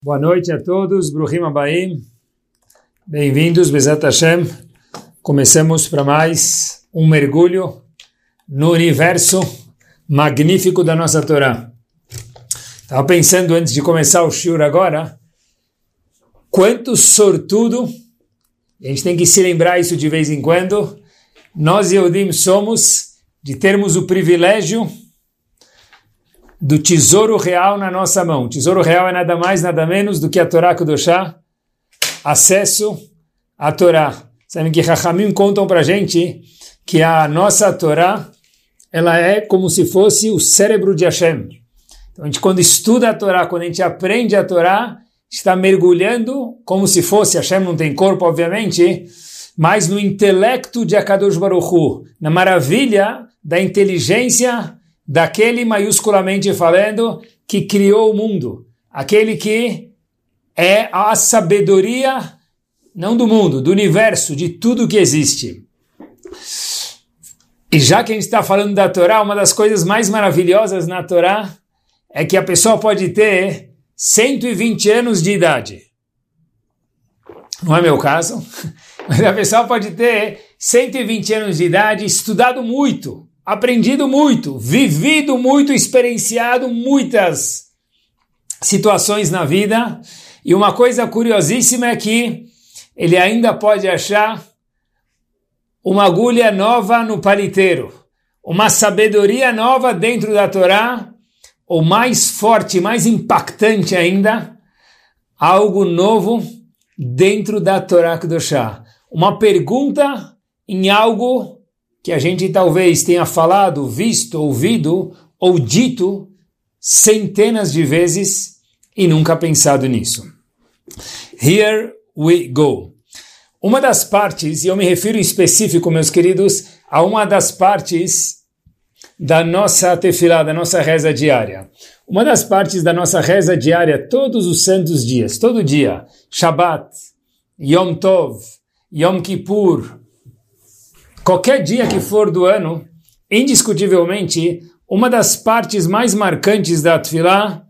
Boa noite a todos, Bruhim Abaim, bem-vindos, Bezat Hashem. Começamos para mais um mergulho no universo magnífico da nossa Torá. Estava pensando antes de começar o shiur agora, quanto sortudo, a gente tem que se lembrar isso de vez em quando, nós Yehudim somos de termos o privilégio do tesouro real na nossa mão. O tesouro real é nada mais, nada menos do que a Torá Kedoshá, acesso à Torá. Sabem que Chachamim contam para a gente que a nossa Torá, ela é como se fosse o cérebro de Hashem. Então a gente, quando estuda a Torá, quando a gente aprende a Torá, está mergulhando como se fosse, Hashem não tem corpo, obviamente, mas no intelecto de Akadosh Baruch Hu, na maravilha da inteligência daquele, maiusculamente falando, que criou o mundo. Aquele que é a sabedoria, não do mundo, do universo, de tudo que existe. E já que a gente está falando da Torá, uma das coisas mais maravilhosas na Torá é que a pessoa pode ter 120 anos de idade. Não é meu caso, mas a pessoa pode ter 120 anos de idade, estudado muito, aprendido muito, vivido muito, experienciado muitas situações na vida. E uma coisa curiosíssima é que ele ainda pode achar uma agulha nova no paliteiro, uma sabedoria nova dentro da Torá, ou mais forte, mais impactante ainda, algo novo dentro da Torá Kedoshá. Uma pergunta em algo que a gente talvez tenha falado, visto, ouvido ou dito centenas de vezes e nunca pensado nisso. Here we go. Uma das partes, e eu me refiro em específico, meus queridos, a uma das partes da nossa tefilá, da nossa reza diária. Uma das partes da nossa reza diária, todos os santos dias, todo dia, Shabbat, Yom Tov, Yom Kippur, qualquer dia que for do ano, indiscutivelmente, uma das partes mais marcantes da tefilá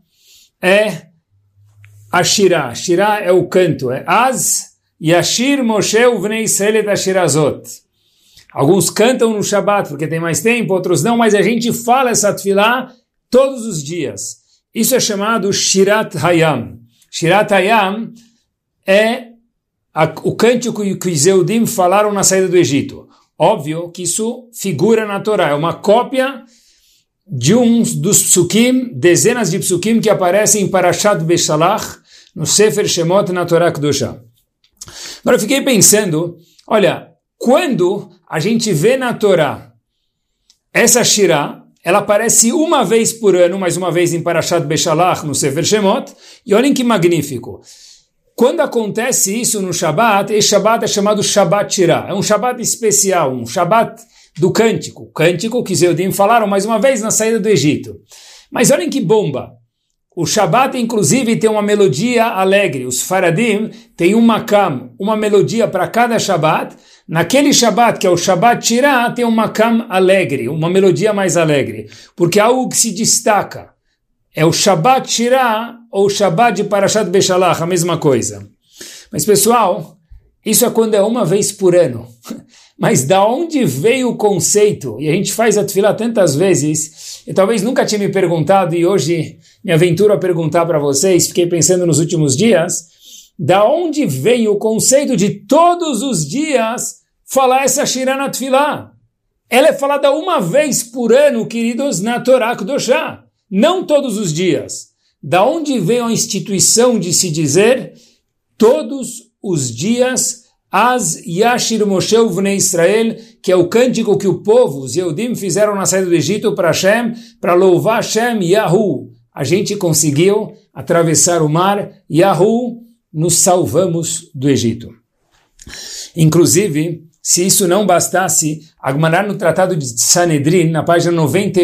é a Shirah. Shirah é o canto, é Az Yashir Moshe Uvnei Israel et Ashirazot. Alguns cantam no Shabbat porque tem mais tempo, outros não, mas a gente fala essa tefilá todos os dias. Isso é chamado Shirat Hayam. Shirat Hayam é o cântico que os Yehudim falaram na saída do Egito. Óbvio que isso figura na Torá, é uma cópia de um dos psukim, dezenas de psukim que aparecem em Parashat Beshalach, no Sefer Shemot, na Torá Kedoshá. Agora eu fiquei pensando, olha, quando a gente vê na Torá essa Shirah, ela aparece uma vez por ano, mais uma vez em Parashat Beshalach, no Sefer Shemot, e olhem que magnífico. Quando acontece isso no Shabbat, esse Shabbat é chamado Shabbat Shirah. É um Shabbat especial, um Shabbat do cântico. Cântico que os Yehudim falaram mais uma vez na saída do Egito. Mas olhem que bomba. O Shabbat, inclusive, tem uma melodia alegre. Os Faradim têm um makam, uma melodia para cada Shabbat. Naquele Shabbat, que é o Shabbat Shirah, tem um makam alegre, uma melodia mais alegre. Porque é algo que se destaca. É o Shabbat Shirah ou o Shabbat de Parashat Beshalach, a mesma coisa. Mas, pessoal, isso é quando é uma vez por ano. Mas da onde veio o conceito? E a gente faz a tefilá tantas vezes, eu talvez nunca tinha me perguntado, e hoje me aventuro a perguntar para vocês, fiquei pensando nos últimos dias, da onde veio o conceito de todos os dias falar essa Shirah na tefilá? Ela é falada uma vez por ano, queridos, na Torá Kedoshá. Não todos os dias. Da onde veio a instituição de se dizer todos os dias Az Yashir Moshe Uvnei Israel, que é o cântico que o povo, os Yehudim, fizeram na saída do Egito para Hashem, para louvar Hashem, Yahu. A gente conseguiu atravessar o mar, Yahu, nos salvamos do Egito. Inclusive, se isso não bastasse, Agmará no Tratado de Sanedrin, na página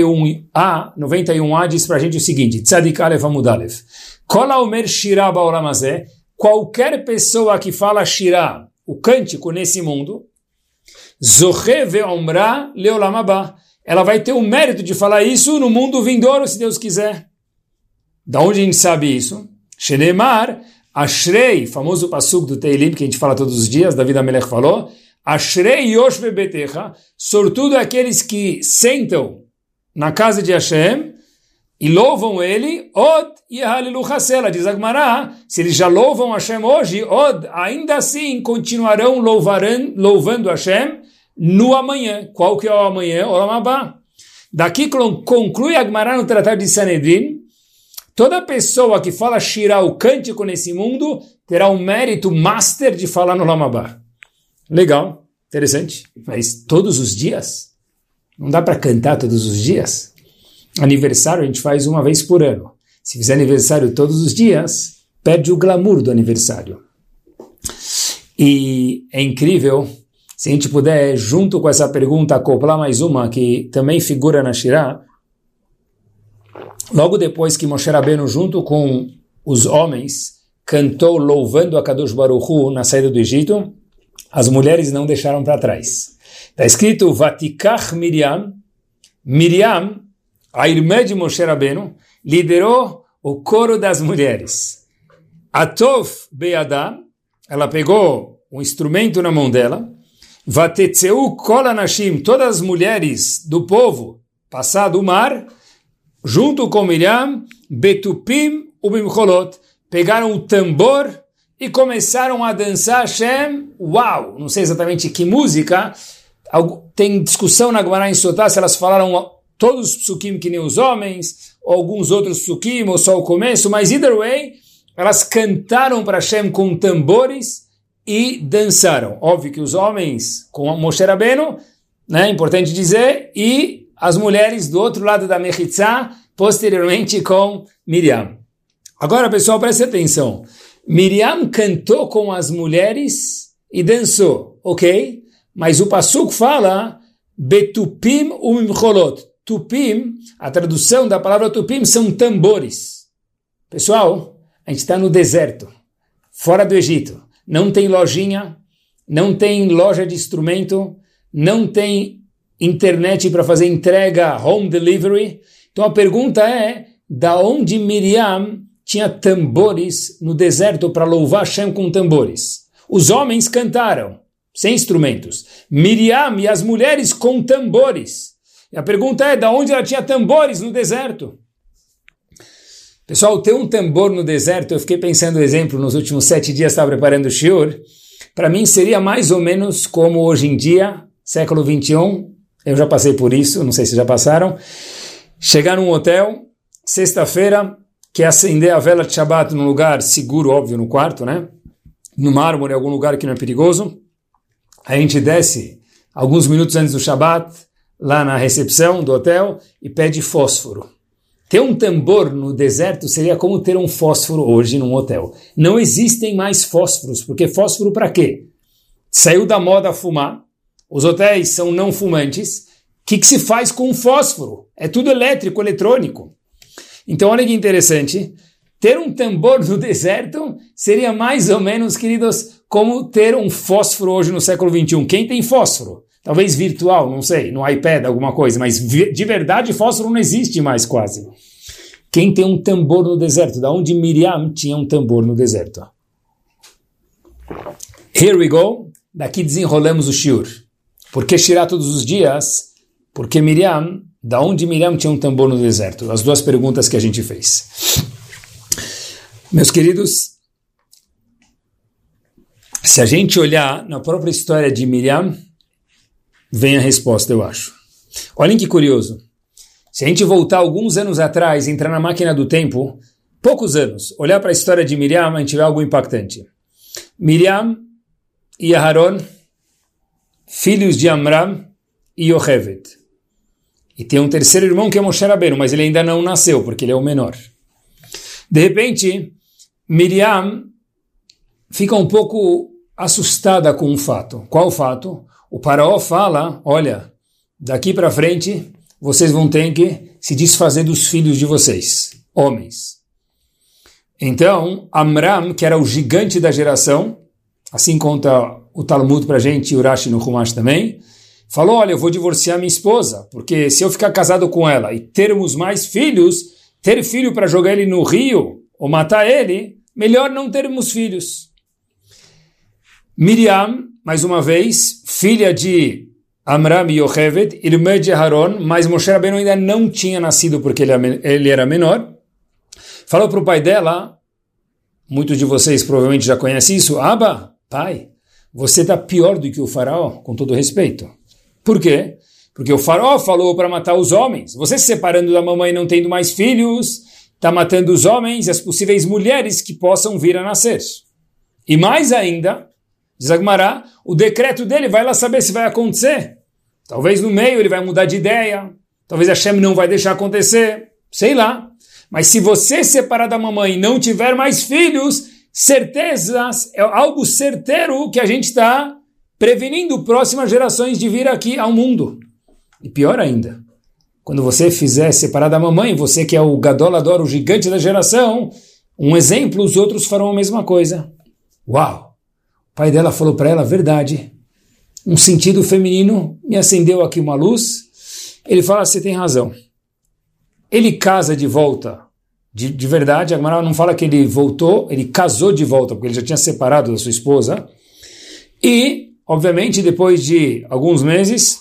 91a, diz para a gente o seguinte, Tzadik Alef Amud Alef, Kol haomer Shirah ba'olam hazeh, qualquer pessoa que fala Shirah, o cântico nesse mundo, Zoche ve'omra le'olam haba, ela vai ter o mérito de falar isso no mundo vindouro, se Deus quiser. Da onde a gente sabe isso? Shenemar, Ashrei, famoso passuco do Teilim, que a gente fala todos os dias, David Amelech falou, Ashrei Yoshve Betecha, sortudo é aqueles que sentam na casa de Hashem e louvam ele, Od Yehalilu Hasela, diz Agmará, se eles já louvam Hashem hoje, Od, ainda assim continuarão louvando Hashem no amanhã. Qual que é o amanhã? Olam Haba. Daqui conclui Agmará no Tratado de Sanedrin, toda pessoa que fala Shirah, o cântico nesse mundo, terá um mérito master de falar no Olam Haba. Legal, interessante. Mas todos os dias? Não dá para cantar todos os dias? Aniversário a gente faz uma vez por ano. Se fizer aniversário todos os dias, perde o glamour do aniversário. E é incrível, se a gente puder, junto com essa pergunta, acoplar mais uma, que também figura na Shirah, logo depois que Moshe Rabbeinu, junto com os homens, cantou louvando a Kadosh Baruch Hu na saída do Egito, as mulheres não deixaram para trás. Está escrito, Vatikach Miriam, Miriam, a irmã de Moshe Rabbeinu, liderou o coro das mulheres. Atov Beyadá, ela pegou um instrumento na mão dela, Vatetzeu Kol Anashim, todas as mulheres do povo, passado o mar, junto com Miriam, Betupim Ubimcholot, pegaram o tambor e começaram a dançar Hashem. Uau! Não sei exatamente que música. Tem discussão na Gemara em Sotá se elas falaram todos os psukim que nem os homens, ou alguns outros psukim, ou só o começo, mas either way, elas cantaram para Hashem com tambores e dançaram. Óbvio que os homens com Moshe Rabbeinu, né, importante dizer, e as mulheres do outro lado da Mechitzá, posteriormente com Miriam. Agora, pessoal, preste atenção. Miriam cantou com as mulheres e dançou, ok? Mas o passuco fala Betupim umimcholot. Tupim, a tradução da palavra tupim são tambores. Pessoal, a gente está no deserto, fora do Egito. Não tem lojinha, não tem loja de instrumento, não tem internet para fazer entrega, home delivery. Então a pergunta é, da onde Miriam tinha tambores no deserto para louvar Hashem com tambores? Os homens cantaram, sem instrumentos. Miriam e as mulheres com tambores. E a pergunta é, da onde ela tinha tambores no deserto? Pessoal, ter um tambor no deserto, eu fiquei pensando, exemplo, nos últimos 7 dias estava preparando o shiur, para mim seria mais ou menos como hoje em dia, século 21, eu já passei por isso, não sei se já passaram, chegar num hotel, sexta-feira, quer acender a vela de Shabbat num lugar seguro, óbvio, no quarto, né? No mármore, em algum lugar que não é perigoso. A gente desce alguns minutos antes do Shabbat, lá na recepção do hotel, e pede fósforo. Ter um tambor no deserto seria como ter um fósforo hoje num hotel. Não existem mais fósforos, porque fósforo para quê? Saiu da moda fumar, os hotéis são não fumantes. O que se faz com fósforo? É tudo elétrico, eletrônico. Então olha que interessante, ter um tambor no deserto seria mais ou menos, queridos, como ter um fósforo hoje no século XXI. Quem tem fósforo? Talvez virtual, não sei, no iPad, alguma coisa, mas de verdade fósforo não existe mais quase. Quem tem um tambor no deserto? Da onde Miriam tinha um tambor no deserto? Here we go. Daqui desenrolamos o shiur. Por que Shirah todos os dias? Porque Miriam, da onde Miriam tinha um tambor no deserto? As duas perguntas que a gente fez. Meus queridos, se a gente olhar na própria história de Miriam, vem a resposta, eu acho. Olhem que curioso. Se a gente voltar alguns anos atrás, entrar na máquina do tempo, poucos anos, olhar para a história de Miriam, a gente vê algo impactante. Miriam e Aharon, filhos de Amram e Yocheved. E tem um terceiro irmão que é Moshe Rabbeinu, mas ele ainda não nasceu, porque ele é o menor. De repente, Miriam fica um pouco assustada com um fato. Qual fato? O faraó fala, olha, daqui para frente, vocês vão ter que se desfazer dos filhos de vocês, homens. Então, Amram, que era o gigante da geração, assim conta o Talmud para a gente, e o Rashi no Chumash também, falou, olha, eu vou divorciar minha esposa, porque se eu ficar casado com ela e termos mais filhos, ter filho para jogar ele no rio, ou matar ele, melhor não termos filhos. Miriam, mais uma vez, filha de Amram e Yocheved, irmã de Aharon, mas Moshe Rabbeinu ainda não tinha nascido porque ele era menor. Falou para o pai dela, muitos de vocês provavelmente já conhecem isso, Abba, pai, você está pior do que o faraó, com todo respeito. Por quê? Porque o faraó falou para matar os homens. Você se separando da mamãe e não tendo mais filhos, está matando os homens e as possíveis mulheres que possam vir a nascer. E mais ainda, diz Agmará, o decreto dele vai lá saber se vai acontecer. Talvez no meio ele vai mudar de ideia, talvez Hashem não vai deixar acontecer, sei lá. Mas se você separar da mamãe e não tiver mais filhos, certezas, é algo certeiro que a gente está prevenindo próximas gerações de vir aqui ao mundo. E pior ainda, quando você fizer separar da mamãe, você que é o gadolador, o gigante da geração, um exemplo, os outros farão a mesma coisa. Uau! O pai dela falou para ela a verdade. Um sentido feminino me acendeu aqui uma luz. Ele fala, você tem razão. Ele casa de volta, de verdade, a Gemara não fala que ele voltou, ele casou de volta, porque ele já tinha separado da sua esposa. E, obviamente, depois de alguns meses,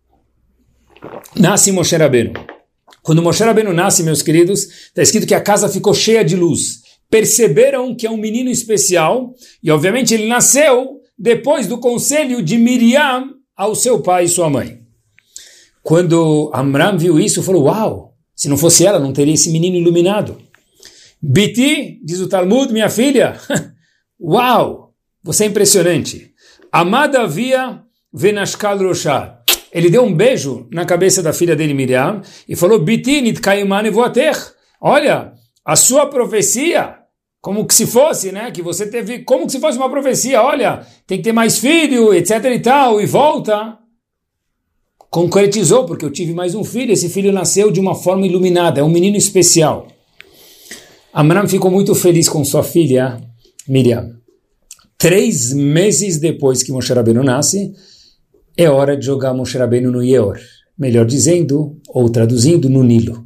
nasce Moshe Rabbeinu. Quando Moshe Rabbeinu nasce, meus queridos, está escrito que a casa ficou cheia de luz. Perceberam que é um menino especial, e obviamente ele nasceu depois do conselho de Miriam ao seu pai e sua mãe. Quando Amram viu isso, falou, uau, se não fosse ela, não teria esse menino iluminado. Biti, diz o Talmud, minha filha, uau, você é impressionante. Amada via venashkal roshá. Ele deu um beijo na cabeça da filha dele, Miriam, e falou, Biti nitkayman evoater. Olha, a sua profecia, como que se fosse, né, que você teve, como que se fosse uma profecia, olha, tem que ter mais filho, etc e tal, e volta. Concretizou, porque eu tive mais um filho, esse filho nasceu de uma forma iluminada, é um menino especial. Amram ficou muito feliz com sua filha, Miriam. 3 meses depois que Moshe Rabbeinu nasce, é hora de jogar Moshe Rabbeinu no Yeor. Melhor dizendo, ou traduzindo, no Nilo.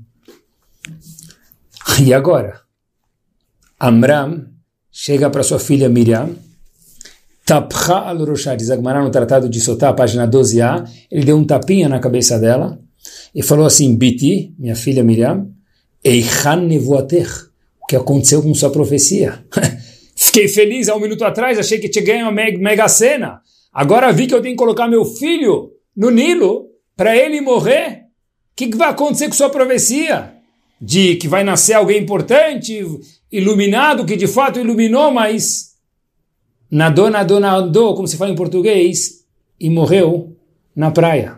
E agora? Amram chega para sua filha Miriam, Tapcha al-Roshá, diz Agmará no Tratado de Sotá, página 12a, ele deu um tapinha na cabeça dela e falou assim, Biti, minha filha Miriam, Eichan nevoater, o que aconteceu com sua profecia? Fiquei feliz há um minuto atrás, achei que tinha ganho uma mega cena, agora vi que eu tenho que colocar meu filho no Nilo para ele morrer. O que vai acontecer com sua profecia? De que vai nascer alguém importante, iluminado, que de fato iluminou, mas nadou, como se fala em português, e morreu na praia.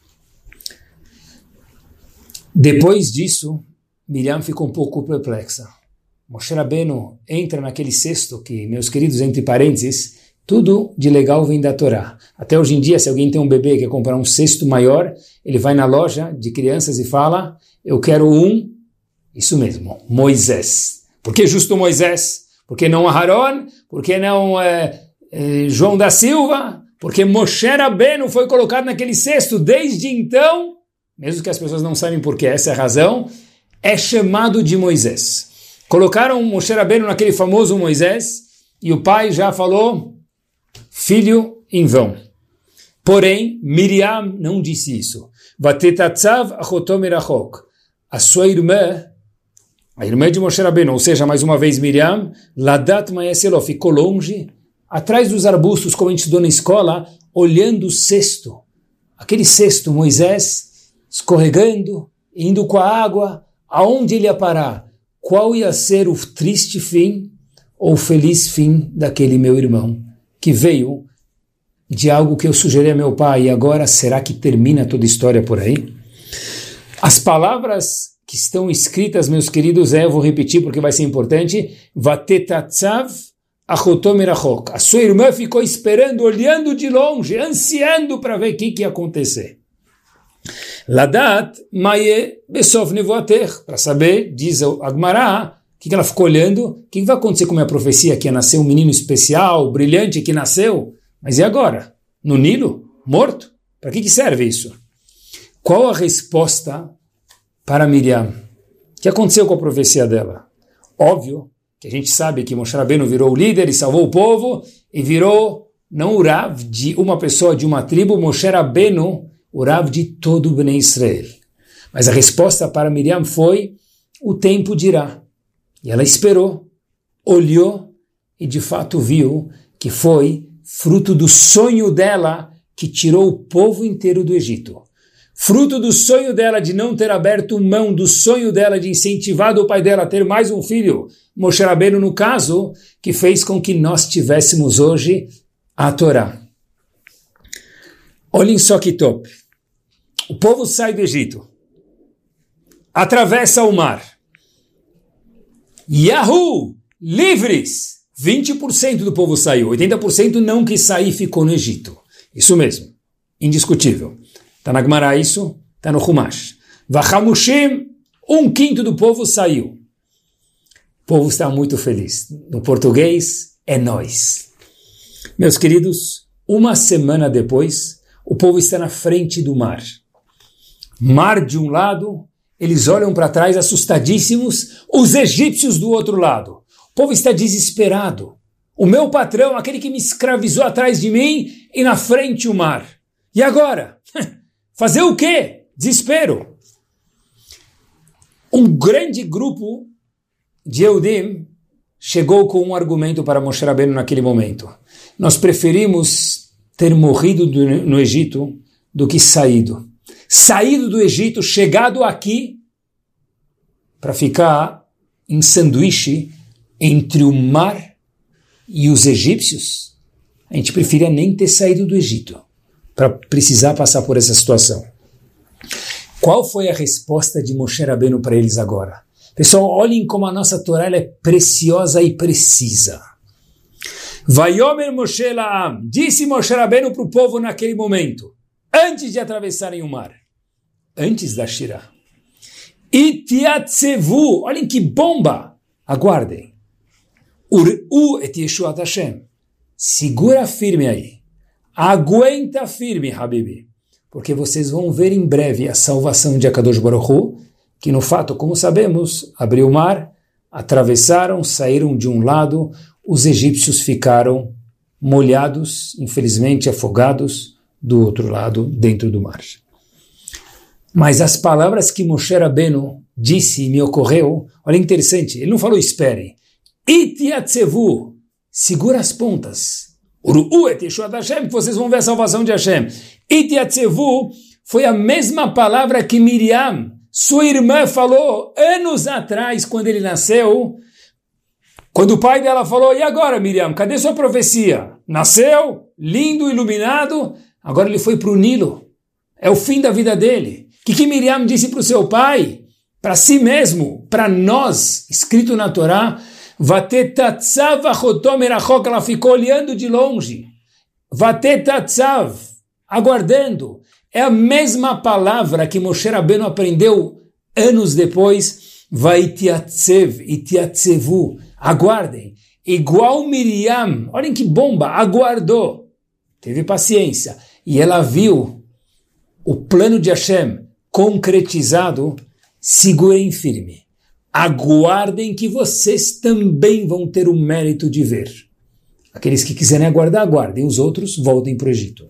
Depois disso, Miriam ficou um pouco perplexa. Moshe Rabbeinu entra naquele cesto que, meus queridos, entre parênteses, tudo de legal vem da Torá. Até hoje em dia, se alguém tem um bebê que quer comprar um cesto maior, ele vai na loja de crianças e fala, eu quero isso mesmo, Moisés. Por que justo Moisés? Por que não Aharon? Por que não João da Silva? Porque Moshe Rabbeinu foi colocado naquele cesto. Desde então, mesmo que as pessoas não saibam por que essa é a razão, é chamado de Moisés. Colocaram Moshe Rabbeinu naquele famoso Moisés e o pai já falou, filho, em vão. Porém, Miriam não disse isso. Vatetatzav achotom erachok. A sua irmã, a irmã de Moshe Rabbeinu, ou seja, mais uma vez Miriam, Ladat Mayaseló, ficou longe, atrás dos arbustos, como a gente estudou na escola, olhando o cesto. Aquele cesto, Moisés, escorregando, indo com a água, aonde ele ia parar? Qual ia ser o triste fim ou o feliz fim daquele meu irmão, que veio de algo que eu sugeri a meu pai, e agora será que termina toda a história por aí? As palavras que estão escritas, meus queridos, eu vou repetir porque vai ser importante, Vatetatzav achotom erachok. A sua irmã ficou esperando, olhando de longe, ansiando para ver o que ia acontecer. Ladat maye besov nevoater, para saber, diz Agmará, o que ela ficou olhando, o que vai acontecer com a minha profecia, que ia nascer um menino especial, brilhante, que nasceu, mas e agora? No Nilo? Morto? Para que serve isso? Qual a resposta para Miriam? O que aconteceu com a profecia dela? Óbvio que a gente sabe que Moshe Rabbeinu virou o líder e salvou o povo, e virou, não o Rav de uma pessoa, de uma tribo, Moshe Rabbeinu, o Rav de todo o Bnei Israel. Mas a resposta para Miriam foi, o tempo dirá. E ela esperou, olhou e de fato viu que foi fruto do sonho dela que tirou o povo inteiro do Egito. Fruto do sonho dela de não ter aberto mão, do sonho dela de incentivar o pai dela a ter mais um filho, Moshe Rabbeinu no caso, que fez com que nós tivéssemos hoje a Torá. Olhem só que top. O povo sai do Egito, atravessa o mar. Yahoo! Livres! 20% do povo saiu, 80% não quis sair e ficou no Egito. Isso mesmo, indiscutível. Está na Gemara isso, está no Humash. Vachamushim, 1/5 do povo saiu. O povo está muito feliz. No português, é nós. Meus queridos, uma semana depois, o povo está na frente do mar. Mar de um lado, eles olham para trás assustadíssimos, os egípcios do outro lado. O povo está desesperado. O meu patrão, aquele que me escravizou atrás de mim, e na frente o mar. E agora? Fazer o quê? Desespero. Um grande grupo de Eudim chegou com um argumento para Moshe Rabbeinu naquele momento. Nós preferimos ter morrido no Egito do que saído. Saído do Egito, chegado aqui, para ficar em sanduíche entre o mar e os egípcios. A gente preferia nem ter saído do Egito para precisar passar por essa situação. Qual foi a resposta de Moshe Rabbeinu para eles agora? Pessoal, olhem como a nossa Torá é preciosa e precisa. Vayomer Moshe La'am, disse Moshe Rabbeinu para o povo naquele momento, antes de atravessarem o mar, antes da Shirah. Itiatzevu, olhem que bomba, aguardem. Ur'u et Yeshuat Hashem, segura firme aí, aguenta firme, Habibi, porque vocês vão ver em breve a salvação de Akadosh Baruch Hu, que no fato, como sabemos, abriu o mar, atravessaram, saíram de um lado, os egípcios ficaram molhados, infelizmente afogados, do outro lado, dentro do mar. Mas as palavras que Moshe Rabbeinu disse e me ocorreu, olha interessante, ele não falou espere, Itiatzevu, segura as pontas, Uru'u et Yeshuat Hashem, que vocês vão ver a salvação de Hashem. Itiatzevu foi a mesma palavra que Miriam, sua irmã, falou anos atrás, quando ele nasceu, quando o pai dela falou, e agora Miriam, cadê sua profecia? Nasceu, lindo, iluminado, agora ele foi para o Nilo, é o fim da vida dele. O que Miriam disse para o seu pai? Para si mesmo, para nós, escrito na Torá, Vatetatzav achotom erachok, ela ficou olhando de longe. Vatetatzav, aguardando. É a mesma palavra que Moshe Rabbeinu aprendeu anos depois. Vaitiatzev, itiatzevu, aguardem. Igual Miriam, olhem que bomba, aguardou. Teve paciência. E ela viu o plano de Hashem concretizado, segurem firme. Aguardem que vocês também vão ter o mérito de ver. Aqueles que quiserem aguardar, aguardem. Os outros, voltem para o Egito.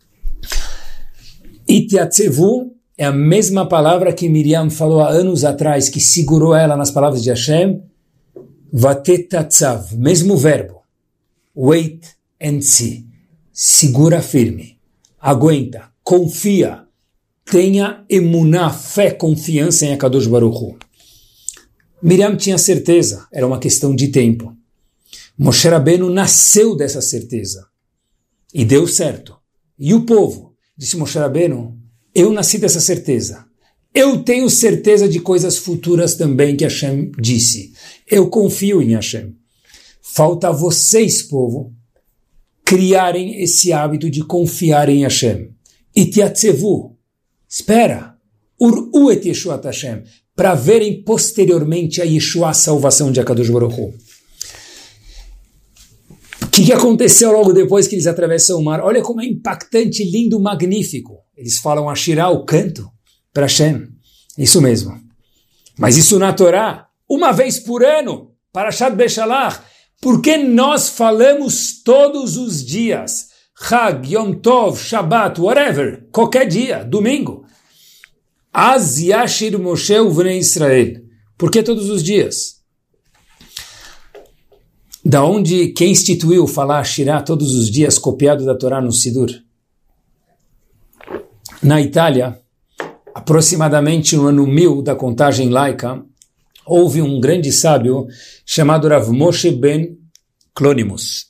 Itiatzevu é a mesma palavra que Miriam falou há anos atrás, que segurou ela nas palavras de Hashem. Vatetatzav, mesmo verbo. Wait and see. Segura firme. Aguenta. Confia. Tenha emuná, fé, confiança em Akadosh Baruch Hu. Miriam tinha certeza, era uma questão de tempo. Moshe Rabbeinu nasceu dessa certeza. E deu certo. E o povo, disse Moshe Rabbeinu, eu nasci dessa certeza. Eu tenho certeza de coisas futuras também que Hashem disse. Eu confio em Hashem. Falta a vocês, povo, criarem esse hábito de confiar em Hashem. Itiatzevu, espera, Ur'u et Yeshuat Hashem, para verem posteriormente a Yeshua, a salvação de Akadosh Baruch Hu. O que aconteceu logo depois que eles atravessam o mar? Olha como é impactante, lindo, magnífico. Eles falam a Shirah, o canto, para Hashem. Isso mesmo. Mas isso na Torá, uma vez por ano, Parashat Beshalach. Por que nós falamos todos os dias? Chag, Yom Tov, Shabbat, whatever, qualquer dia, domingo. Az Yashir Moshe Uvnei Israel. Por que todos os dias? Da onde, quem instituiu falar Shirah todos os dias, copiado da Torá no Sidur? Na Itália, aproximadamente no ano 1000 da contagem laica, houve um grande sábio chamado Rav Moshe ben Clonimus.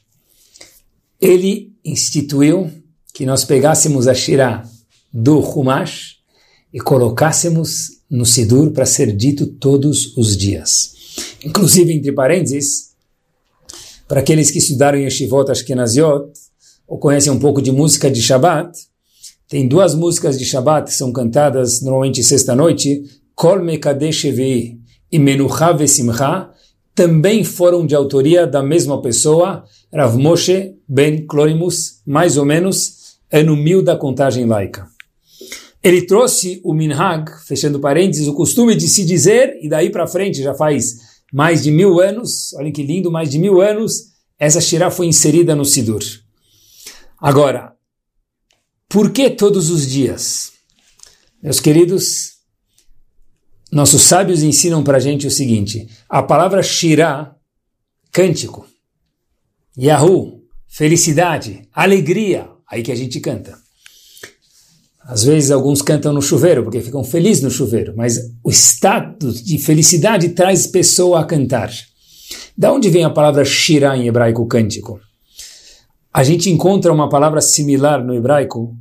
Ele instituiu que nós pegássemos a Shirah do Humash e colocássemos no Sidur para ser dito todos os dias. Inclusive, entre parênteses, para aqueles que estudaram em Yeshivot Ashkenaziot ou conhecem um pouco de música de Shabbat, tem duas músicas de Shabbat que são cantadas normalmente sexta-noite, Kol Mekadesh Shevei e Menucha Vesimcha, também foram de autoria da mesma pessoa, Rav Moshe ben Clonimus, mais ou menos ano 1000 da contagem laica. Ele trouxe o minhag, fechando parênteses, o costume de se dizer, e daí para frente já faz mais de 1000 anos, olhem que lindo, mais de 1000 anos, essa Shirah foi inserida no Sidur. Agora, por que todos os dias? Meus queridos, nossos sábios ensinam para a gente o seguinte, a palavra Shirah, cântico, Yahu, felicidade, alegria, aí que a gente canta. Às vezes alguns cantam no chuveiro, porque ficam felizes no chuveiro, mas o estado de felicidade traz pessoa a cantar. Da onde vem a palavra Shirah em hebraico, cântico? A gente encontra uma palavra similar no hebraico,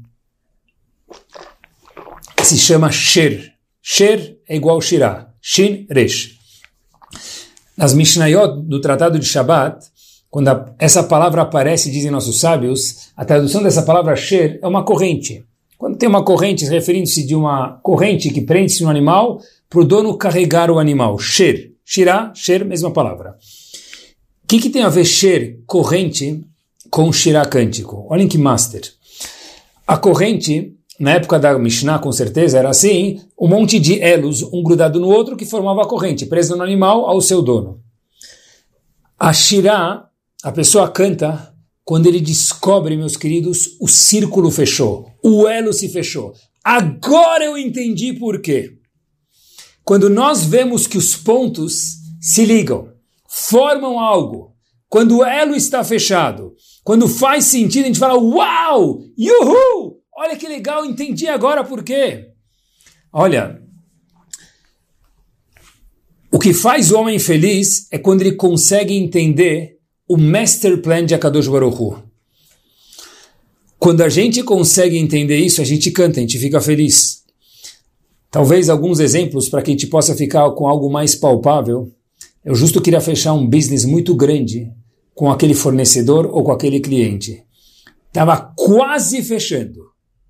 que se chama Sher. Sher é igual Shirah, Shin, Resh. Nas Mishnayot, do Tratado de Shabbat, quando essa palavra aparece, dizem nossos sábios, a tradução dessa palavra Sher é uma corrente. Quando tem uma corrente, referindo-se de uma corrente que prende-se no animal, para o dono carregar o animal. Sher. Shirah, Sher, mesma palavra. O que tem a ver Sher, corrente, com Shirah, cântico? Olhem que master. A corrente, na época da Mishnah, com certeza, era assim, um monte de elos, um grudado no outro, que formava a corrente, presa no animal ao seu dono. A Shirah, a pessoa canta quando ele descobre, meus queridos, o círculo fechou, o elo se fechou. Agora eu entendi por quê. Quando nós vemos que os pontos se ligam, formam algo, quando o elo está fechado, quando faz sentido, a gente fala, uau, yuhu, olha que legal, entendi agora por quê. Olha, o que faz o homem feliz é quando ele consegue entender o master plan de Akadosh Baruch Hu. Quando a gente consegue entender isso, a gente canta, a gente fica feliz. Talvez alguns exemplos para que a gente possa ficar com algo mais palpável. Eu justo queria fechar um business muito grande com aquele fornecedor ou com aquele cliente. Estava quase fechando.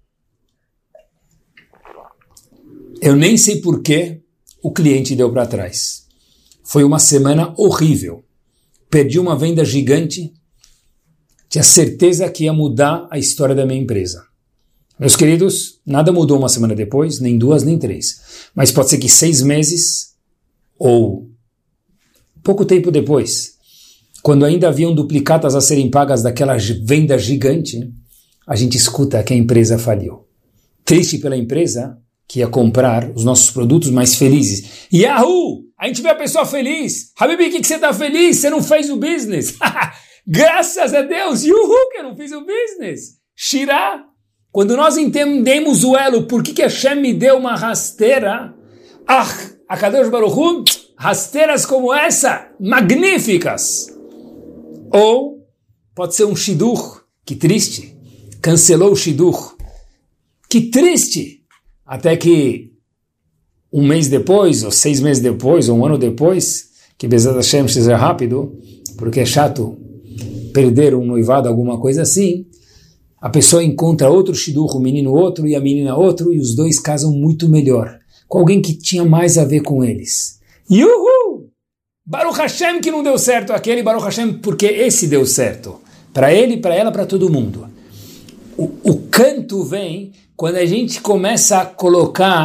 Eu nem sei por que o cliente deu para trás. Foi uma semana horrível. Perdi uma venda gigante. Tinha certeza que ia mudar a história da minha empresa. Meus queridos, nada mudou uma semana depois, nem 2, nem 3. Mas pode ser que 6 meses ou pouco tempo depois, quando ainda haviam duplicatas a serem pagas daquela venda gigante, a gente escuta que a empresa faliu. Triste pela empresa que ia comprar os nossos produtos mais felizes. Yahoo! A gente vê a pessoa feliz. Habibi, o que você está feliz? Você não fez o business. Graças a Deus, yuhu, que eu não fiz o business. Shirah. Quando nós entendemos o elo, por que Hashem me deu uma rasteira? Akadosh Baruch Hu, rasteiras como essa, magníficas. Ou pode ser um shidur, que triste, cancelou o shidur. Que triste. Até que 1 mês depois, ou 6 meses depois, ou 1 ano depois, que Bezat Hashem seja rápido, porque é chato perder um noivado, alguma coisa assim, a pessoa encontra outro shidur, o menino outro e a menina outro, e os dois casam muito melhor, com alguém que tinha mais a ver com eles. Yuhu! Baruch Hashem que não deu certo aquele, Baruch Hashem porque esse deu certo. Para ele, para ela, para todo mundo. O canto vem quando a gente começa a colocar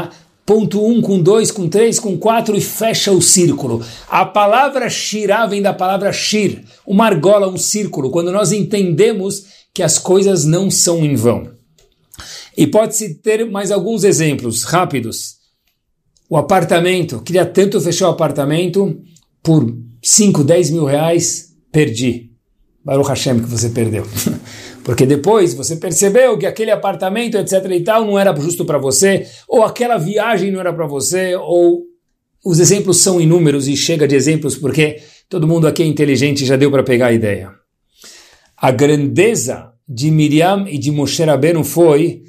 ponto 1 com 2, com 3, com 4 e fecha o círculo. A palavra shirá vem da palavra shir, uma argola, um círculo, quando nós entendemos que as coisas não são em vão. E pode-se ter mais alguns exemplos rápidos. O apartamento, queria tanto fechar o apartamento, por 5, 10 mil reais, perdi. Baruch Hashem que você perdeu. Porque depois você percebeu que aquele apartamento, etc e tal, não era justo para você, ou aquela viagem não era para você, ou os exemplos são inúmeros e chega de exemplos porque todo mundo aqui é inteligente e já deu para pegar a ideia. A grandeza de Miriam e de Moshe Rabbeinu foi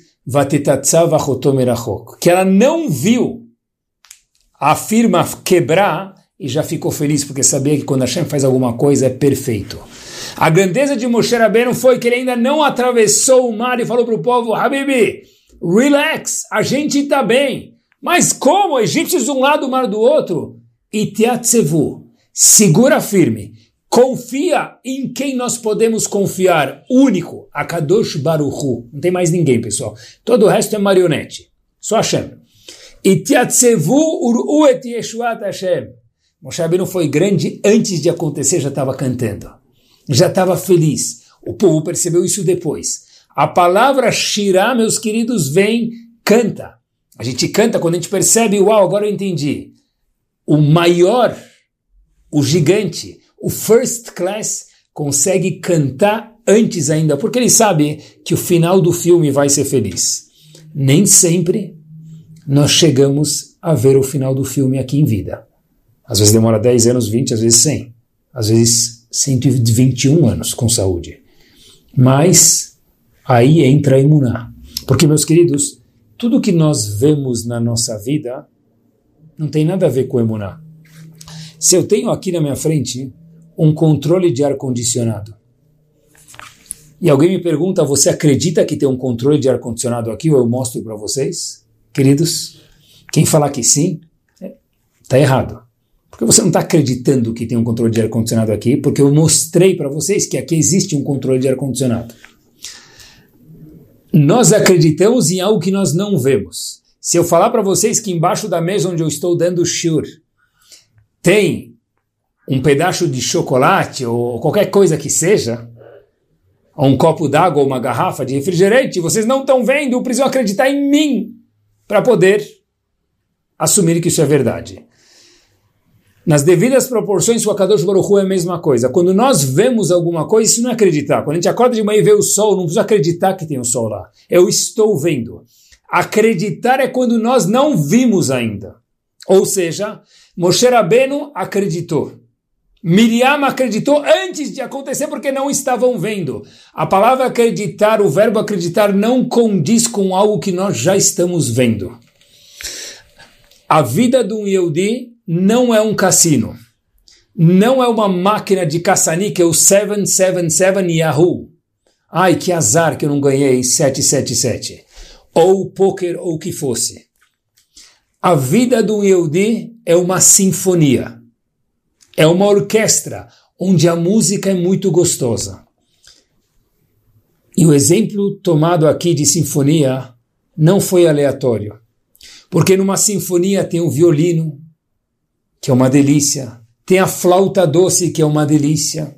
que ela não viu a firma quebrar e já ficou feliz porque sabia que quando Hashem faz alguma coisa é perfeito. A grandeza de Moshe Rabbeinu foi que ele ainda não atravessou o mar e falou para o povo, Habibi, relax, a gente está bem. Mas como? Egípcios de um lado, o mar do outro? Itiatzevu, segura firme, confia em quem nós podemos confiar, único, Akadosh Baruch Hu. Não tem mais ninguém, pessoal. Todo o resto é marionete, só Hashem. Itiatzevu uru et yeshuat Hashem. Moshe Rabbeinu foi grande antes de acontecer, já estava cantando. Já estava feliz. O povo percebeu isso depois. A palavra shirá, meus queridos, vem, canta. A gente canta quando a gente percebe, uau, agora eu entendi. O maior, o gigante, o first class, consegue cantar antes ainda, porque ele sabe que o final do filme vai ser feliz. Nem sempre nós chegamos a ver o final do filme aqui em vida. Às vezes demora 10 anos, 20, às vezes 100. Às vezes 121 anos com saúde. Mas aí entra a emuná. Porque, meus queridos, tudo que nós vemos na nossa vida não tem nada a ver com emuná. Se eu tenho aqui na minha frente um controle de ar-condicionado e alguém me pergunta, você acredita que tem um controle de ar-condicionado aqui ou eu mostro para vocês? Queridos, quem falar que sim, está errado. Porque você não está acreditando que tem um controle de ar-condicionado aqui, porque eu mostrei para vocês que aqui existe um controle de ar-condicionado. Nós acreditamos em algo que nós não vemos. Se eu falar para vocês que embaixo da mesa onde eu estou dando o shiur tem um pedaço de chocolate ou qualquer coisa que seja, ou um copo d'água ou uma garrafa de refrigerante, vocês não estão vendo, precisam acreditar em mim para poder assumir que isso é verdade. Nas devidas proporções, o Akadosh Baruch Hu é a mesma coisa. Quando nós vemos alguma coisa, isso não é acreditar. Quando a gente acorda de manhã e vê o sol, não precisa acreditar que tem o sol lá. Eu estou vendo. Acreditar é quando nós não vimos ainda. Ou seja, Moshe Rabbeinu acreditou. Miriam acreditou antes de acontecer porque não estavam vendo. A palavra acreditar, o verbo acreditar, não condiz com algo que nós já estamos vendo. A vida de um Yehudi não é um cassino. Não é uma máquina de caça-níquel, que é o 777 Yahoo. Ai, que azar que eu não ganhei 777. Ou poker, ou o que fosse. A vida do Yehudi é uma sinfonia. É uma orquestra, onde a música é muito gostosa. E o exemplo tomado aqui de sinfonia não foi aleatório. Porque numa sinfonia tem o violino, que é uma delícia. Tem a flauta doce, que é uma delícia.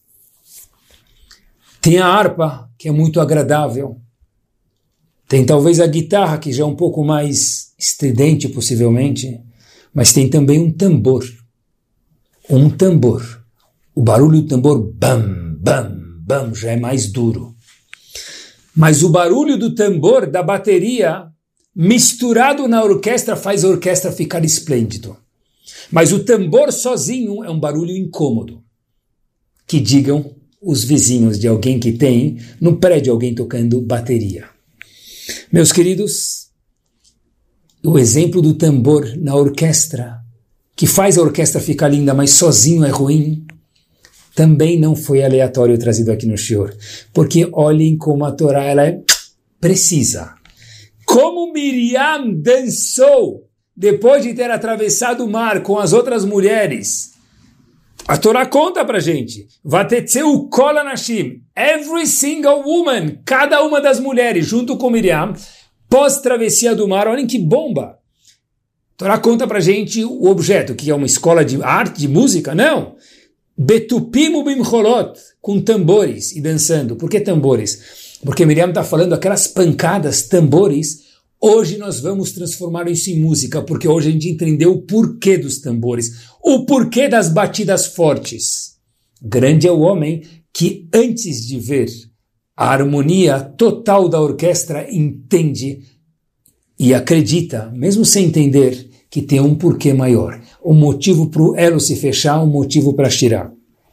Tem a harpa, que é muito agradável. Tem talvez a guitarra, que já é um pouco mais estridente, possivelmente. Mas tem também um tambor. Um tambor. O barulho do tambor, bam, bam, bam, já é mais duro. Mas o barulho do tambor, da bateria, misturado na orquestra, faz a orquestra ficar esplêndido. Mas o tambor sozinho é um barulho incômodo. Que digam os vizinhos de alguém que tem no prédio alguém tocando bateria. Meus queridos, o exemplo do tambor na orquestra, que faz a orquestra ficar linda, mas sozinho é ruim, também não foi aleatório trazido aqui no shiur. Porque olhem como a Torá ela é precisa. Como Miriam dançou depois de ter atravessado o mar com as outras mulheres. A Torá conta pra gente. Vatetzeu kol hanashim. Every single woman, cada uma das mulheres, junto com Miriam, pós-travessia do mar, olhem que bomba. Torá conta para a gente o objeto, que é uma escola de arte, de música? Não. Betupim ubimcholot, com tambores e dançando. Por que tambores? Porque Miriam está falando aquelas pancadas, tambores. Hoje nós vamos transformar isso em música, porque hoje a gente entendeu o porquê dos tambores, o porquê das batidas fortes. Grande é o homem que, antes de ver a harmonia total da orquestra, entende e acredita, mesmo sem entender, que tem um porquê maior. Um motivo para o elo se fechar, um motivo para tirar.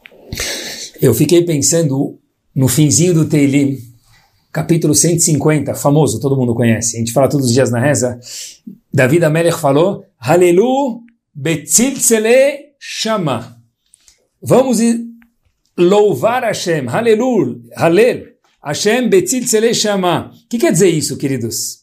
Eu fiquei pensando no finzinho do Teilim, capítulo 150, famoso, todo mundo conhece. A gente fala todos os dias na reza. David HaMelech falou, Halelu betziltzele shama. Vamos louvar Hashem. Halelu, Halel. Hashem betziltzele shama. O que quer dizer isso, queridos?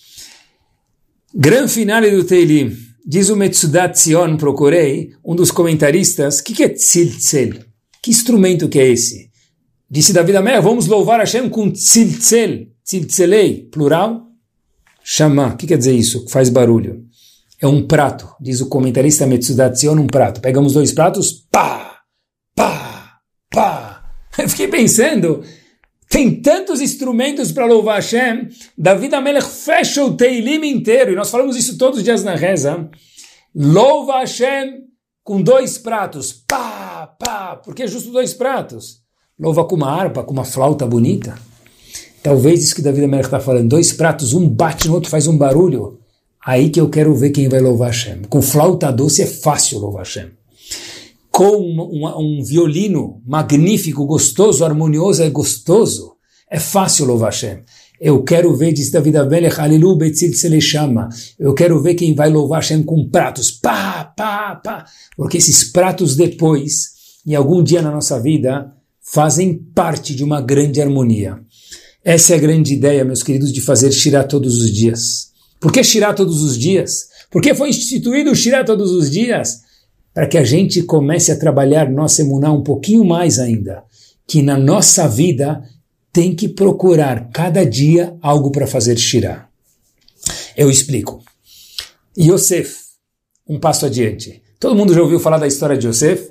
Grande finale do Teilim. Diz o Metzudat Zion, procurei, um dos comentaristas, o que é tziltzel? Que instrumento que é esse? Disse David HaMelech, vamos louvar Hashem com tziltzel, tziltzelei, plural, shama. O que quer dizer isso? Faz barulho. É um prato, diz o comentarista Metzudat Zion, um prato. Pegamos 2 pratos, pá, pá, pá. Eu fiquei pensando, tem tantos instrumentos para louvar Hashem, David HaMelech fecha o Teilim inteiro, e nós falamos isso todos os dias na reza, louva Hashem com 2 pratos, pá, pá, porque é justo 2 pratos. Louva com uma harpa, com uma flauta bonita. Talvez isso que David HaMelech está falando, 2 pratos, um bate no outro, faz um barulho. Aí que eu quero ver quem vai louvar Hashem. Com flauta doce é fácil louvar Hashem. Com um violino magnífico, gostoso, harmonioso, é gostoso. É fácil louvar Hashem. Eu quero ver, diz David HaMelech, Halilu betziltzele shama. Eu quero ver quem vai louvar Hashem com pratos. Pá, pá, pá. Porque esses pratos depois, em algum dia na nossa vida, fazem parte de uma grande harmonia. Essa é a grande ideia, meus queridos, de fazer Shirá todos os dias. Por que Shirá todos os dias? Por que foi instituído o Shirá todos os dias? Para que a gente comece a trabalhar nossa emuná um pouquinho mais ainda, que na nossa vida tem que procurar cada dia algo para fazer Shirá. Eu explico. Yosef, um passo adiante. Todo mundo já ouviu falar da história de Yosef?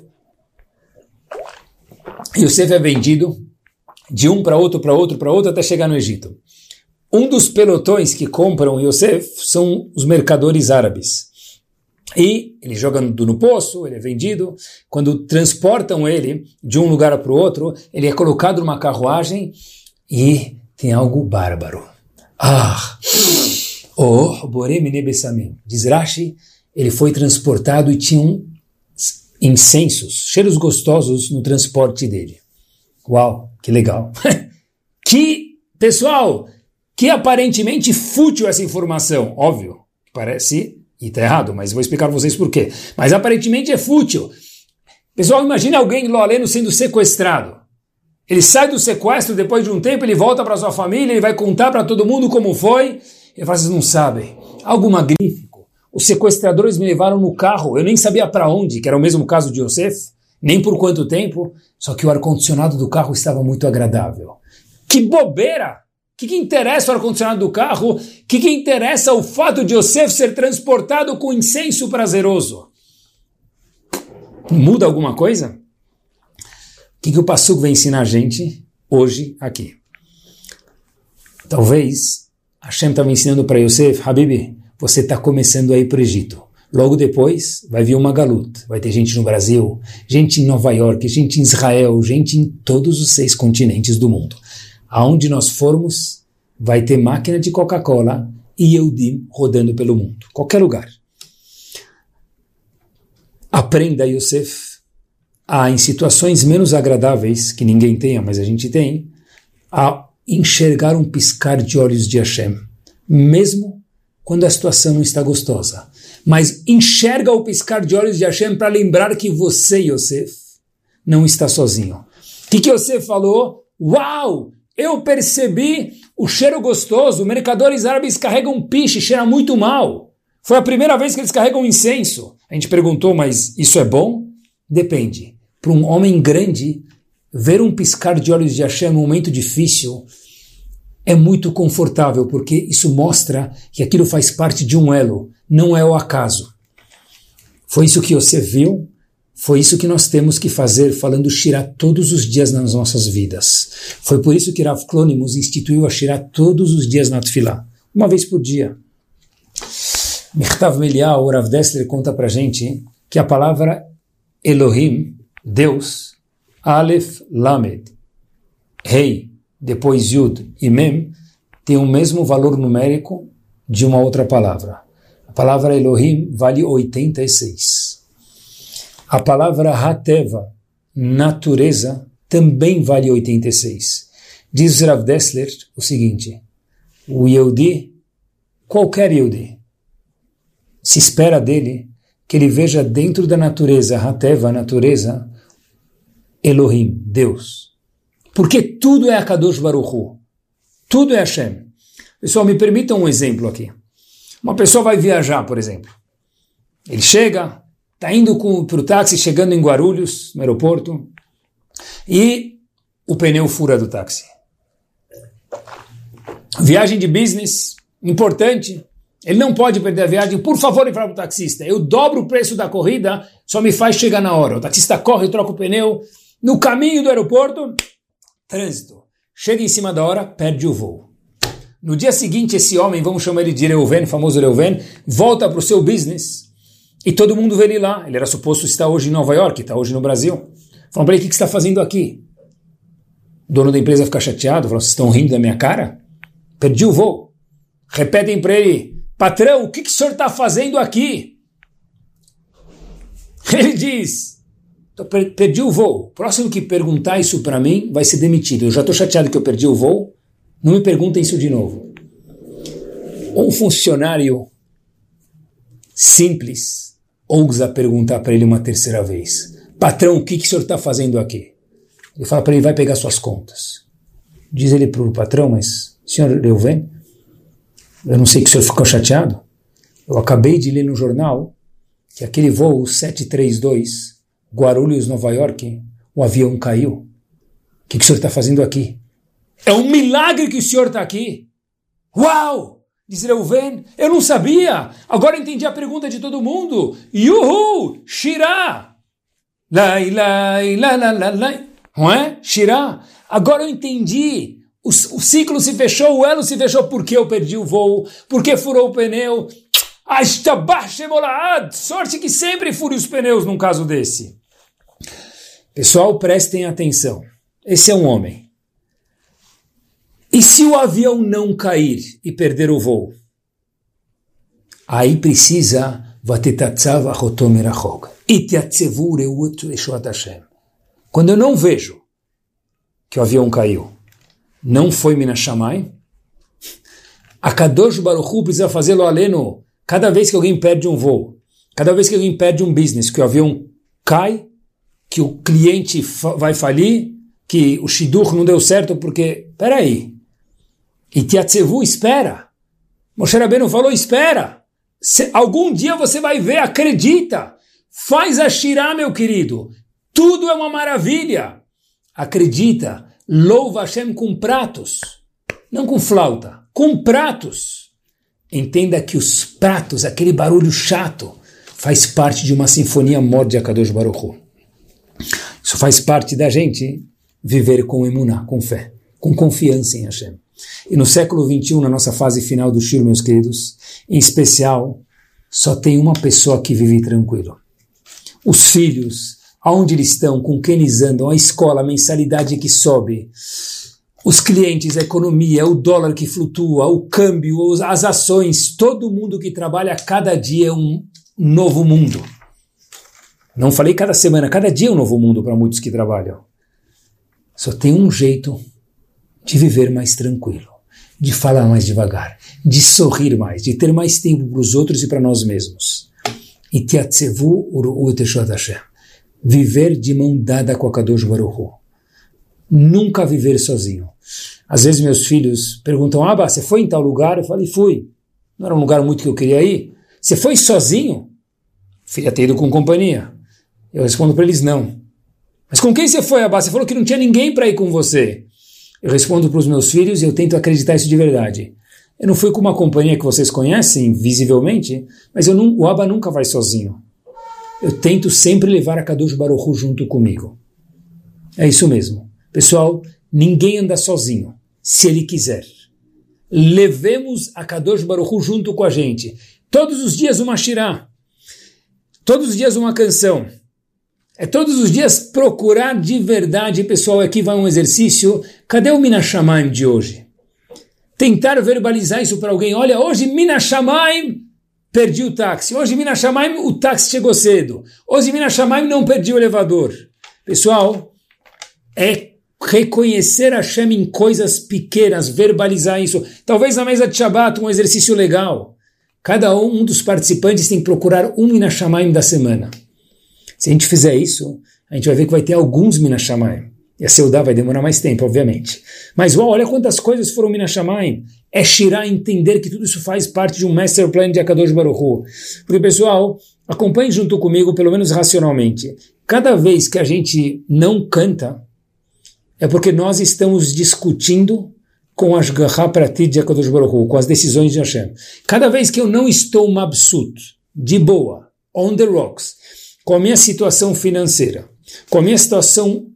Yosef é vendido de um para outro, até chegar no Egito. Um dos pelotões que compram Yosef são os mercadores árabes. E ele joga no poço, ele é vendido. Quando transportam ele de um lugar para o outro, ele é colocado numa carruagem e tem algo bárbaro. Boremine Bessamim. Diz Rashi, ele foi transportado e tinha incensos, cheiros gostosos no transporte dele. Uau, que legal. Pessoal, que aparentemente fútil essa informação. Óbvio, parece... E está errado, mas vou explicar para vocês por quê. Mas aparentemente é fútil. Pessoal, imagine alguém lo aleno sendo sequestrado. Ele sai do sequestro, depois de um tempo ele volta para sua família, ele vai contar para todo mundo como foi. Ele fala, vocês não sabem. Algo magnífico. Os sequestradores me levaram no carro, eu nem sabia para onde, que era o mesmo caso de Yosef, nem por quanto tempo, só que o ar-condicionado do carro estava muito agradável. Que bobeira! O que interessa o ar-condicionado do carro? O que interessa o fato de Yosef ser transportado com incenso prazeroso? Muda alguma coisa? O que o Passuco vai ensinar a gente hoje aqui? Talvez Hashem estava ensinando para Yosef, Habibi, você está começando a ir para o Egito. Logo depois vai vir uma galut. Vai ter gente no Brasil, gente em Nova York, gente em Israel, gente em todos os 6 continentes do mundo. Aonde nós formos, vai ter máquina de Coca-Cola e Yehudim rodando pelo mundo. Qualquer lugar. Aprenda, Yosef, em situações menos agradáveis, que ninguém tenha, mas a gente tem, a enxergar um piscar de olhos de Hashem, mesmo quando a situação não está gostosa. Mas enxerga o piscar de olhos de Hashem para lembrar que você, Yosef, não está sozinho. O que Yosef falou? Uau! Eu percebi o cheiro gostoso. Mercadores árabes carregam piche, cheira muito mal. Foi a primeira vez que eles carregam incenso. A gente perguntou, mas isso é bom? Depende. Para um homem grande, ver um piscar de olhos de Hashem num momento difícil é muito confortável, porque isso mostra que aquilo faz parte de um elo. não é o acaso. Foi isso que você viu, foi isso que nós temos que fazer, falando Shirá todos os dias nas nossas vidas. Foi por isso que Rav Klonimus instituiu a Shirá todos os dias na Tfilá, uma vez por dia. Michtav Melial, o Rav Dessler, conta pra gente que a palavra Elohim, Deus, Aleph, Lamed, Rei, depois Yud e Mem, tem o mesmo valor numérico de uma outra palavra. A palavra Elohim vale 86. A palavra Hateva, natureza, também vale 86. Diz Rav Dessler o seguinte: o Yehudi, qualquer Yehudi, se espera dele que ele veja dentro da natureza, Hateva, a natureza, Elohim, Deus. Porque tudo é Akadosh Baruch Hu. Tudo é Hashem. Pessoal, me permitam um exemplo aqui. Uma pessoa vai viajar, por exemplo. Ele chega, está indo para o táxi, chegando em Guarulhos, no aeroporto, e o pneu fura do táxi. Viagem de business, importante. Ele não pode perder a viagem. Por favor, fala para o taxista: eu dobro o preço da corrida, só me faz chegar na hora. O taxista corre, troca o pneu. No caminho do aeroporto, trânsito. Chega em cima da hora, perde o voo. No dia seguinte, esse homem, vamos chamar ele de Reuven, famoso Reuven, volta para o seu business e todo mundo vê ele lá. Ele era suposto estar hoje em Nova York, está hoje no Brasil. Falam para ele: o que você está fazendo aqui? O dono da empresa fica chateado, fala: vocês estão rindo da minha cara? Perdi o voo. Repetem para ele: patrão, o que o senhor está fazendo aqui? Ele diz: perdi o voo. Próximo que perguntar isso para mim vai ser demitido. Eu já estou chateado que eu perdi o voo. Não me perguntem isso de novo. Um funcionário simples ousa perguntar para ele uma terceira vez: patrão, o que o senhor está fazendo aqui? Ele fala para ele: vai pegar suas contas. Diz ele para o patrão: mas senhor Reuven, eu não sei que o senhor ficou chateado. Eu acabei de ler no jornal que aquele voo 732, Guarulhos, Nova York, o avião caiu. O que o senhor está fazendo aqui? É um milagre que o senhor está aqui. Uau! Diz Reuven: eu não sabia. Agora entendi a pergunta de todo mundo. Yuhu! Shirá! Lai, lai, lai, lai, lai, lai. Não é? Shirá! Agora eu entendi. O ciclo se fechou, o elo se fechou. Por que eu perdi o voo? Por que furou o pneu? Sorte que sempre fure os pneus num caso desse. Pessoal, prestem atenção. Esse é um homem. E se o avião não cair e perder o voo? Aí precisa quando eu não vejo que o avião caiu, não foi Minas Shammai, a Kadosh Baruch Hu precisa fazê-lo aleno cada vez que alguém perde um voo, cada vez que alguém perde um business, que o avião cai, que o cliente vai falir, que o Shidduch não deu certo porque... Peraí. E Tiatzevu, espera. Moshe Rabbeinu falou: espera. Algum dia você vai ver, acredita. Faz a Shirá, meu querido. Tudo é uma maravilha. Acredita. Louva Hashem com pratos. Não com flauta. Com pratos. Entenda que os pratos, aquele barulho chato, faz parte de uma sinfonia mor de Akadosh Baruch Hu. Isso faz parte da gente viver com emuná, com fé, com confiança em Hashem. E no século XXI, na nossa fase final do Shir, meus queridos, em especial, só tem uma pessoa que vive tranquilo. Os filhos, aonde eles estão, com quem eles andam, a escola, a mensalidade que sobe, os clientes, a economia, o dólar que flutua, o câmbio, as ações, todo mundo que trabalha, cada dia é um novo mundo. Não falei cada semana, cada dia é um novo mundo para muitos que trabalham. Só tem um jeito de viver mais tranquilo, de falar mais devagar, de sorrir mais, de ter mais tempo para os outros e para nós mesmos. E Tiatzevu Uru'u Teshot Hashem. Viver de mão dada com a Kadosh Baruch Hu. Nunca viver sozinho. Às vezes meus filhos perguntam: Abba, você foi em tal lugar? Eu falei: fui. Não era um lugar muito que eu queria ir. Você foi sozinho? Filha, ter ido com companhia. Eu respondo para eles: não. Mas com quem você foi, Abba? Você falou que não tinha ninguém para ir com você. Eu respondo para os meus filhos e eu tento acreditar isso de verdade. Eu não fui com uma companhia que vocês conhecem, visivelmente, mas o Abba nunca vai sozinho. Eu tento sempre levar a Kadosh Baruch Hu junto comigo. É isso mesmo. Pessoal, ninguém anda sozinho, se ele quiser. Levemos a Kadosh Baruch Hu junto com a gente. Todos os dias uma shirá. Todos os dias uma canção. É todos os dias procurar de verdade, pessoal, aqui vai um exercício. Cadê o Min HaShamayim de hoje? Tentar verbalizar isso para alguém. Olha, hoje Min HaShamayim perdi o táxi. Hoje Min HaShamayim o táxi chegou cedo. Hoje Min HaShamayim não perdi o elevador. Pessoal, é reconhecer Hashem em coisas pequenas, verbalizar isso. Talvez na mesa de Shabbat um exercício legal. Cada um dos participantes tem que procurar um Min HaShamayim da semana. Se a gente fizer isso, a gente vai ver que vai ter alguns Min HaShamayim. E a Seudá vai demorar mais tempo, obviamente. Mas olha quantas coisas foram Min HaShamayim. É Shirá entender que tudo isso faz parte de um master plan de Akadosh Baruch Hu. Porque, pessoal, acompanhe junto comigo, pelo menos racionalmente. Cada vez que a gente não canta, é porque nós estamos discutindo com as Ashgaha Pratit de Akadosh Baruch Hu, com as decisões de Hashem. Cada vez que eu não estou mabsut, de boa, on the rocks, com a minha situação financeira, com a minha situação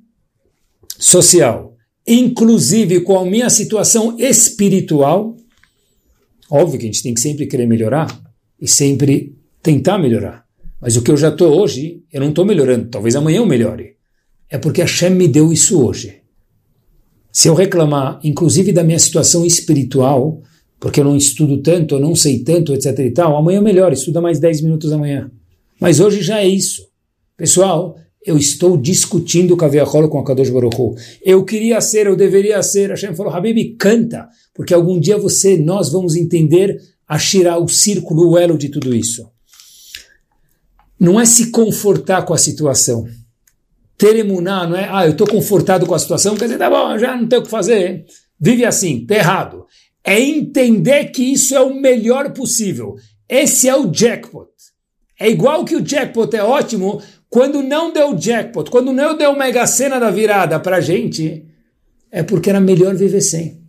social, inclusive com a minha situação espiritual, óbvio que a gente tem que sempre querer melhorar e sempre tentar melhorar. Mas o que eu já estou hoje, eu não estou melhorando. Talvez amanhã eu melhore. É porque Hashem me deu isso hoje. Se eu reclamar, inclusive da minha situação espiritual, porque eu não estudo tanto, eu não sei tanto, etc e tal, amanhã eu melhoro, estuda mais 10 minutos amanhã. Mas hoje já é isso. Pessoal, eu estou discutindo Kaviachol com a Kadosh Baruch Hu. Eu queria ser, eu deveria ser. Hashem falou, Habibi, canta, porque algum dia nós vamos entender a Shirá, o círculo, o elo de tudo isso. Não é se confortar com a situação. Ter emuná, não é, eu estou confortado com a situação, quer dizer, tá bom, já não tenho o que fazer. Vive assim, tá errado. É entender que isso é o melhor possível. Esse é o jackpot. É igual que o jackpot é ótimo quando não deu jackpot, quando não deu Mega Sena da virada para a gente, é porque era melhor viver sem.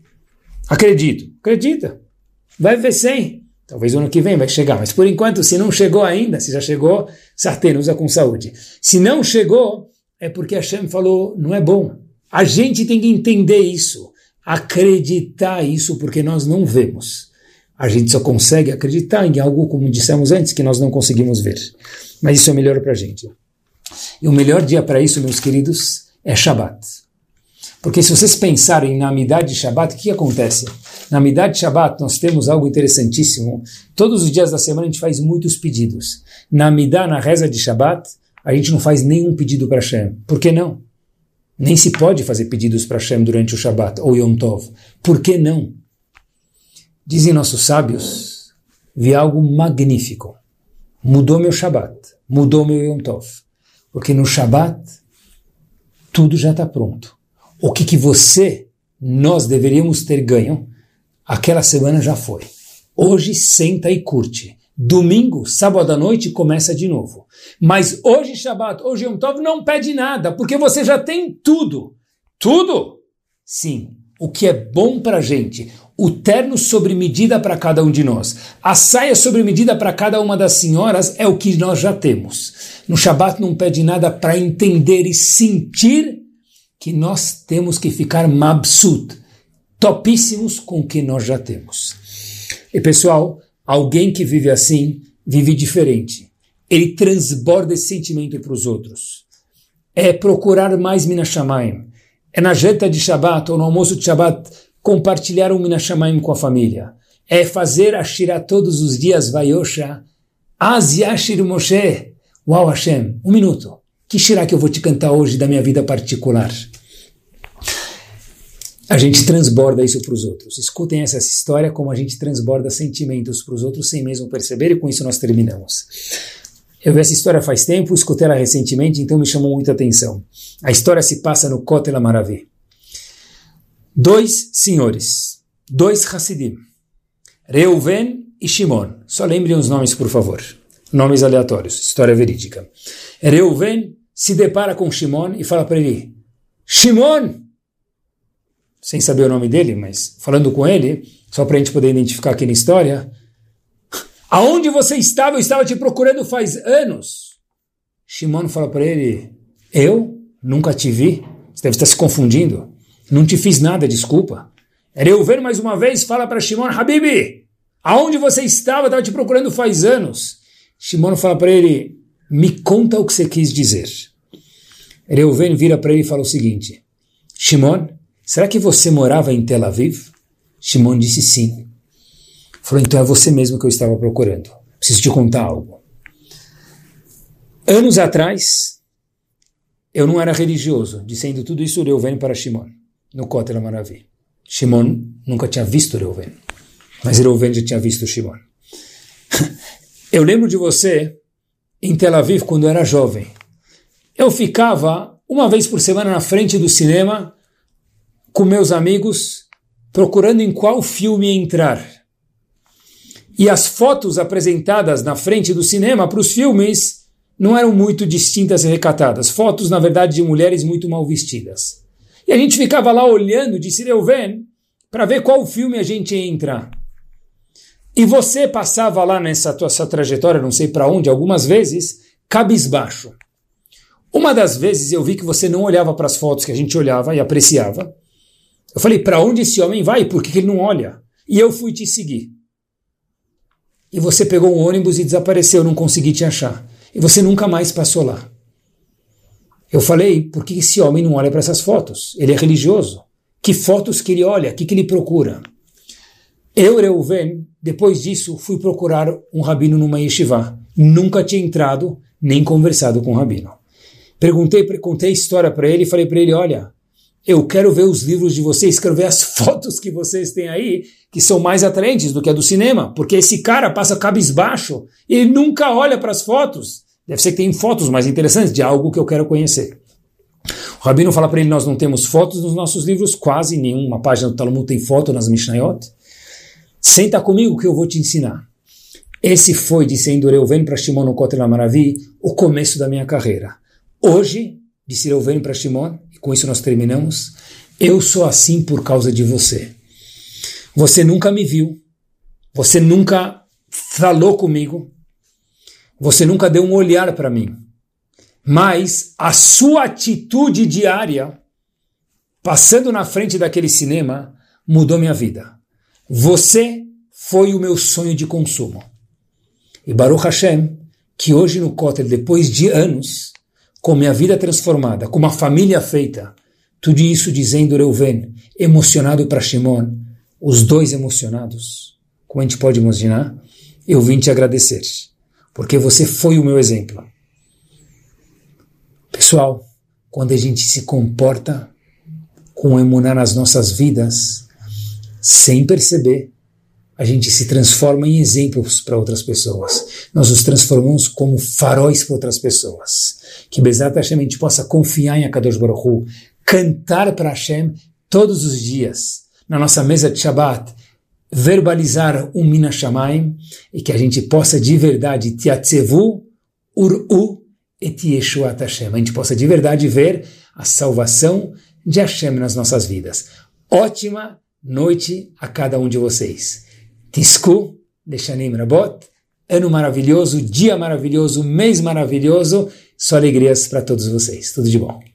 Acredita. Vai viver sem. Talvez o ano que vem vai chegar, mas por enquanto, se não chegou ainda, se já chegou, sartén, usa com saúde. Se não chegou, é porque Hashem falou, não é bom. A gente tem que entender isso, acreditar isso, porque nós não vemos. A gente só consegue acreditar em algo, como dissemos antes, que nós não conseguimos ver. Mas isso é melhor para a gente. E o melhor dia para isso, meus queridos, é Shabbat. Porque se vocês pensarem na Amidah de Shabbat, o que acontece? Na Amidah de Shabbat nós temos algo interessantíssimo. Todos os dias da semana a gente faz muitos pedidos. Na Amidah, na reza de Shabbat, a gente não faz nenhum pedido para Hashem. Por que não? Nem se pode fazer pedidos para Hashem durante o Shabbat ou Yom Tov. Por que não? Dizem nossos sábios, vi algo magnífico. Mudou meu Shabbat, mudou meu Yom Tov. Porque no Shabbat, tudo já está pronto. O que nós deveríamos ter ganho, aquela semana já foi. Hoje senta e curte. Domingo, sábado à noite, começa de novo. Mas hoje Shabbat, hoje Yom Tov, não pede nada, porque você já tem tudo. Tudo? Sim. O que é bom para a gente, o terno sobre medida para cada um de nós, a saia sobre medida para cada uma das senhoras é o que nós já temos. No Shabbat não pede nada para entender e sentir que nós temos que ficar mabsut, topíssimos com o que nós já temos. E pessoal, alguém que vive assim, vive diferente. Ele transborda esse sentimento para os outros. É procurar mais Min HaShamayim. É na janta de Shabbat ou no almoço de Shabbat compartilhar um Min HaShamayim com a família. É fazer a Shirá todos os dias, Vayosha. Az Yashir Moshe. Uau, Hashem, um minuto. Que Shirá que eu vou te cantar hoje da minha vida particular? A gente transborda isso para os outros. Escutem essa história como a gente transborda sentimentos para os outros sem mesmo perceber, e com isso nós terminamos. Eu vi essa história faz tempo, escutei ela recentemente, então me chamou muita atenção. A história se passa no Kotel HaMaravi. 2 senhores, 2 Hassidim, Reuven e Shimon. Só lembrem os nomes, por favor. Nomes aleatórios, história verídica. Reuven se depara com Shimon e fala para ele, Shimon, sem saber o nome dele, mas falando com ele, só para a gente poder identificar aqui na história, aonde você estava? Eu estava te procurando faz anos. Shimon fala para ele, eu nunca te vi, você deve estar se confundindo, não te fiz nada, desculpa. Reuven mais uma vez fala para Shimon, Habibi, aonde você estava? Eu estava te procurando faz anos. Shimon fala para ele, me conta o que você quis dizer. Reuven vira para ele e fala o seguinte, Shimon, será que você morava em Tel Aviv? Shimon disse sim. Falou, então é você mesmo que eu estava procurando. Preciso te contar algo. Anos atrás, eu não era religioso, dizendo tudo isso Reuven para Shimon, no Kotel HaMaravi. Shimon nunca tinha visto Reuven, mas Reuven já tinha visto Shimon. Eu lembro de você em Tel Aviv quando eu era jovem. Eu ficava uma vez por semana na frente do cinema com meus amigos, procurando em qual filme entrar. E as fotos apresentadas na frente do cinema para os filmes não eram muito distintas e recatadas. Fotos, na verdade, de mulheres muito mal vestidas. E a gente ficava lá olhando de Reuven para ver qual filme a gente ia entrar. E você passava lá nessa tua trajetória, não sei para onde, algumas vezes, cabisbaixo. Uma das vezes eu vi que você não olhava para as fotos que a gente olhava e apreciava. Eu falei, para onde esse homem vai? Por que ele não olha? E eu fui te seguir. E você pegou um ônibus e desapareceu, não consegui te achar. E você nunca mais passou lá. Eu falei, por que esse homem não olha para essas fotos? Ele é religioso. Que fotos que ele olha? O que ele procura? Eu, Reuven, depois disso, fui procurar um rabino numa yeshiva. Nunca tinha entrado, nem conversado com o rabino. Contei a história para ele e falei para ele, olha, eu quero ver os livros de vocês, quero ver as fotos que vocês têm aí, que são mais atraentes do que a do cinema, porque esse cara passa cabisbaixo e ele nunca olha para as fotos. Deve ser que tem fotos mais interessantes de algo que eu quero conhecer. O rabino fala para ele, nós não temos fotos nos nossos livros, quase nenhuma página do Talmud tem foto nas Mishnayot. Senta comigo que eu vou te ensinar. Esse foi, dizendo Reuven para Shimon no Kotel HaMaravi, o começo da minha carreira. Hoje, disse Reuven para Shimon, e com isso nós terminamos, eu sou assim por causa de você. Você nunca me viu, você nunca falou comigo, você nunca deu um olhar para mim, mas a sua atitude diária, passando na frente daquele cinema, mudou minha vida. Você foi o meu sonho de consumo. E Baruch Hashem, que hoje no Kotel, depois de anos, com minha vida transformada, com uma família feita, tudo isso dizendo Reuven, emocionado para Shimon, os dois emocionados, como a gente pode imaginar, eu vim te agradecer, porque você foi o meu exemplo. Pessoal, quando a gente se comporta com emuná nas nossas vidas, sem perceber, a gente se transforma em exemplos para outras pessoas. Nós nos transformamos como faróis para outras pessoas. Que Bezat Hashem a gente possa confiar em Akadosh Baruch Hu, cantar para Hashem todos os dias, na nossa mesa de Shabbat, verbalizar um Mina Shamayim, e que a gente possa de verdade, Tiatzevu, Uru, et Yeshuat Hashem. A gente possa de verdade ver a salvação de Hashem nas nossas vidas. Ótima noite a cada um de vocês. Tisku, Leshanim Rabot, ano maravilhoso, dia maravilhoso, mês maravilhoso, só alegrias para todos vocês. Tudo de bom.